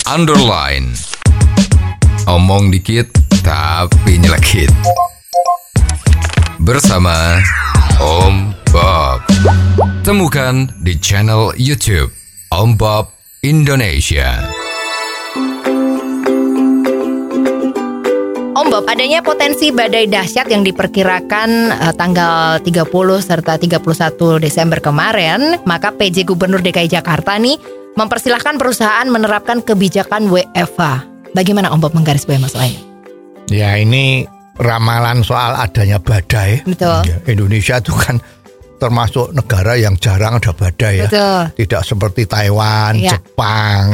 underline. Omong dikit tapi nyelekit. Bersama Om Bob. Temukan di channel YouTube Om Bob Indonesia. Om Bob, adanya potensi badai dahsyat yang diperkirakan tanggal 30 serta 31 Desember kemarin, maka PJ Gubernur DKI Jakarta nih mempersilahkan perusahaan menerapkan kebijakan WFH. Bagaimana Om Bob menggarisbawahi masalah ini? Ya, ini ramalan soal adanya badai. Betul. Ya, Indonesia itu kan termasuk negara yang jarang ada badai ya. Betul. Tidak seperti Taiwan, Ya. Jepang,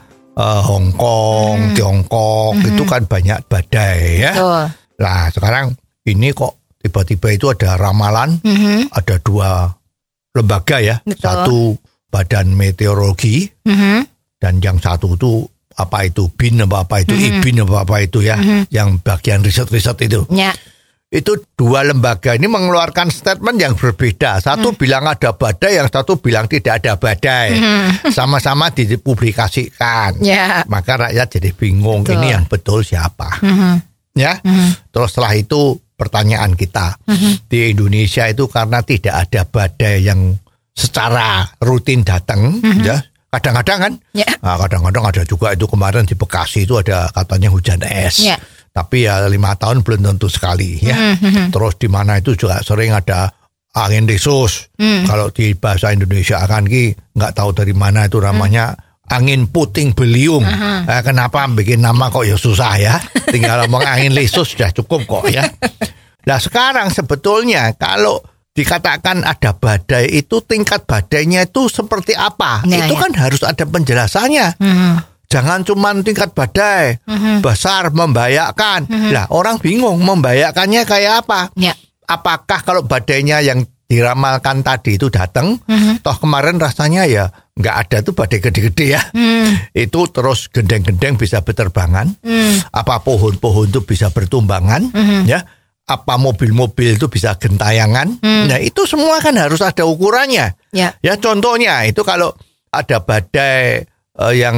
Hong Kong, Tiongkok, itu kan banyak badai ya. Betul. Nah, sekarang ini kok tiba-tiba itu ada ramalan, ada dua lembaga ya. Betul. Satu Badan Meteorologi dan yang satu itu apa itu BIN apa itu IBIN apa itu ya, yang bagian riset-riset itu. Ya. Itu dua lembaga ini mengeluarkan statement yang berbeda. Satu bilang ada badai, yang satu bilang tidak ada badai. Sama-sama dipublikasikan. Ya. Maka rakyat jadi bingung. Betul. Ini yang betul siapa? Ya. Terus setelah itu pertanyaan kita di Indonesia itu karena tidak ada badai yang secara rutin datang, ya. Kadang-kadang kan, nah, kadang-kadang ada juga itu kemarin di Bekasi itu ada katanya hujan es. Ya. Tapi ya 5 tahun belum tentu sekali ya. Terus di mana itu juga sering ada angin lesus. Kalau di bahasa Indonesia kan nggak tahu dari mana itu namanya angin puting beliung. Kenapa bikin nama kok ya susah ya. Tinggal ngomong angin lesus sudah cukup kok ya. Nah sekarang sebetulnya kalau dikatakan ada badai itu tingkat badainya itu seperti apa? Nah, itu kan harus ada penjelasannya. Jangan cuma tingkat badai besar membahayakan. Lah orang bingung membahayakannya kayak apa? Ya. Apakah kalau badainya yang diramalkan tadi itu datang, toh kemarin rasanya ya nggak ada tuh badai gede-gede ya. Itu terus gendeng-gendeng bisa berterbangan. Apa pohon-pohon itu bisa bertumbangan, ya. Apa mobil-mobil itu bisa gentayangan. Nah itu semua kan harus ada ukurannya. Ya. Ya contohnya itu kalau ada badai yang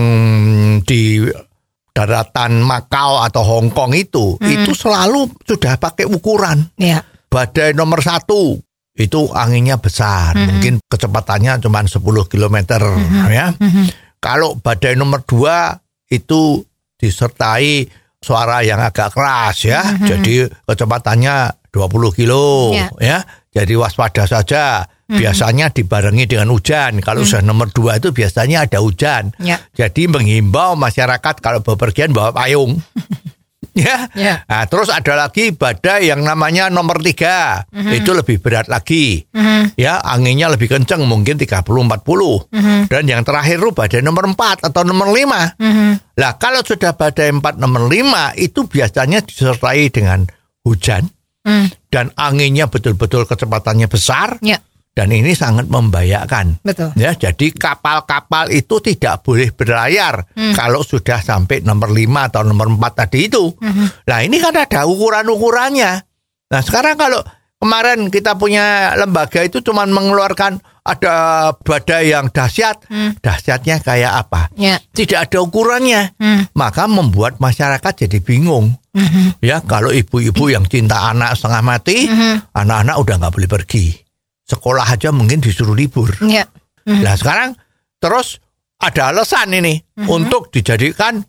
di daratan Makau atau Hong Kong itu selalu sudah pakai ukuran. Ya. Badai nomor 1 itu anginnya besar, mungkin kecepatannya cuma 10 km ya. Kalau badai nomor 2 itu disertai suara yang agak keras ya, jadi kecepatannya 20 kilo ya. Jadi waspada saja. Biasanya dibarengi dengan hujan. Kalau sudah nomor 2 itu biasanya ada hujan. Ya. Jadi menghimbau masyarakat kalau bepergian bawa payung. Ya. Nah, terus ada lagi badai yang namanya nomor 3. Itu lebih berat lagi. Ya, anginnya lebih kencang, mungkin 30-40. Dan yang terakhir itu badai nomor 4 atau nomor 5. Lah, kalau sudah badai 4 nomor 5 itu biasanya disertai dengan hujan. Dan anginnya betul-betul kecepatannya besar. Ya. Dan ini sangat membahayakan. Betul. Ya, jadi kapal-kapal itu tidak boleh berlayar kalau sudah sampai nomor 5 atau nomor 4 tadi itu. Nah, ini kan ada ukuran-ukurannya. Nah, sekarang kalau kemarin kita punya lembaga itu cuma mengeluarkan ada badai yang dahsyat. Dahsyatnya kayak apa? Ya. Tidak ada ukurannya. Maka membuat masyarakat jadi bingung. Ya, kalau ibu-ibu yang cinta anak setengah mati, anak-anak udah nggak boleh pergi. Sekolah aja mungkin disuruh libur. Ya. Nah sekarang terus ada alasan ini untuk dijadikan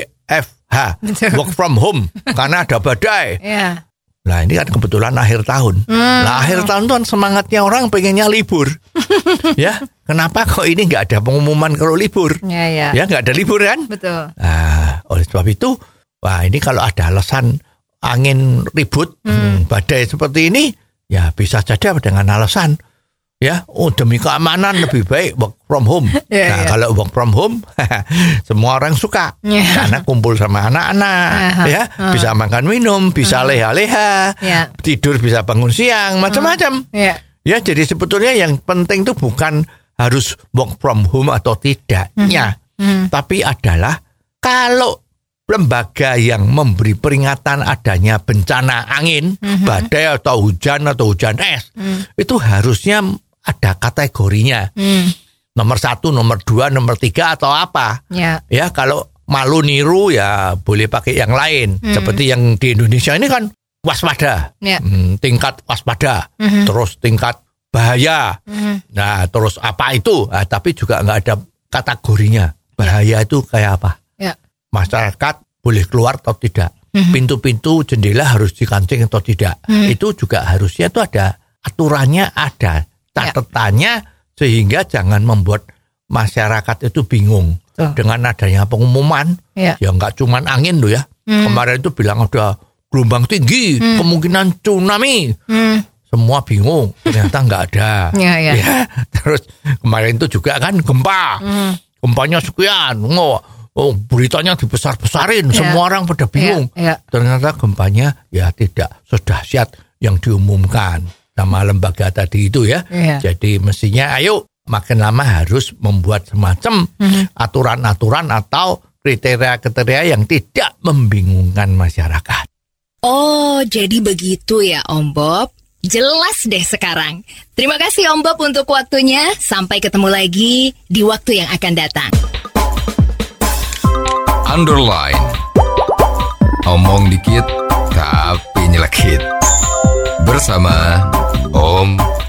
WFH, work from home, karena ada badai. Ya. Nah ini kan kebetulan akhir tahun. Nah akhir tahun tuh kan semangatnya orang pengennya libur. Ya, kenapa kok ini nggak ada pengumuman kalau libur? Ya. Ya nggak ada libur kan? Betul. Nah, oleh sebab itu, wah ini kalau ada alasan angin ribut, badai seperti ini, ya bisa saja dengan alasan ya, demi keamanan lebih baik work from home. Kalau work from home semua orang suka karena kumpul sama anak-anak, ya bisa makan minum, bisa leha-leha, tidur bisa bangun siang, macam-macam. Ya, jadi sebetulnya yang penting itu bukan harus work from home atau tidaknya, tapi adalah kalau lembaga yang memberi peringatan adanya bencana angin, badai atau hujan es, itu harusnya ada kategorinya. Nomor 1, nomor 2, nomor 3 atau apa. Ya, kalau malu niru ya boleh pakai yang lain. Seperti yang di Indonesia ini kan waspada, tingkat waspada, terus tingkat bahaya. Nah, terus apa itu? Nah, tapi juga nggak ada kategorinya. Bahaya itu kayak apa? Masyarakat boleh keluar atau tidak? Pintu-pintu jendela harus dikancing atau tidak? Itu juga harusnya itu ada aturannya, ada catatannya, sehingga jangan membuat masyarakat itu bingung. Dengan adanya pengumuman, ya nggak cuman angin loh ya. Kemarin itu bilang ada gelombang tinggi, kemungkinan tsunami. Semua bingung, ternyata nggak ada. Ya, terus kemarin itu juga kan gempa, gempanya sekian, beritanya dibesar-besarin, semua orang pada bingung. Ternyata gempanya ya tidak sedahsyat yang diumumkan sama lembaga tadi itu ya. Jadi mestinya ayo makin lama harus membuat semacam aturan-aturan atau kriteria-kriteria yang tidak membingungkan masyarakat. Oh, jadi begitu ya Om Bob. Jelas deh sekarang. Terima kasih Om Bob untuk waktunya. Sampai ketemu lagi di waktu yang akan datang. Underline. Omong dikit tapi nyelekit. Bersama Om